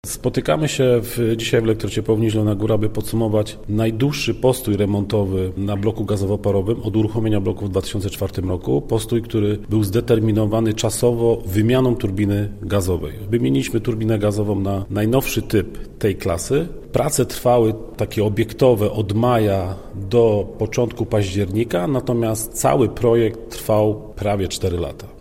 Spotykamy się dzisiaj w Elektrociepłowni Zielona Góra, by podsumować najdłuższy postój remontowy na bloku gazowo-parowym od uruchomienia bloku w 2004 roku. Postój, który był zdeterminowany czasowo wymianą turbiny gazowej. Wymieniliśmy turbinę gazową na najnowszy typ tej klasy. Prace trwały takie obiektowe od maja do początku października, natomiast cały projekt trwał prawie 4 lata.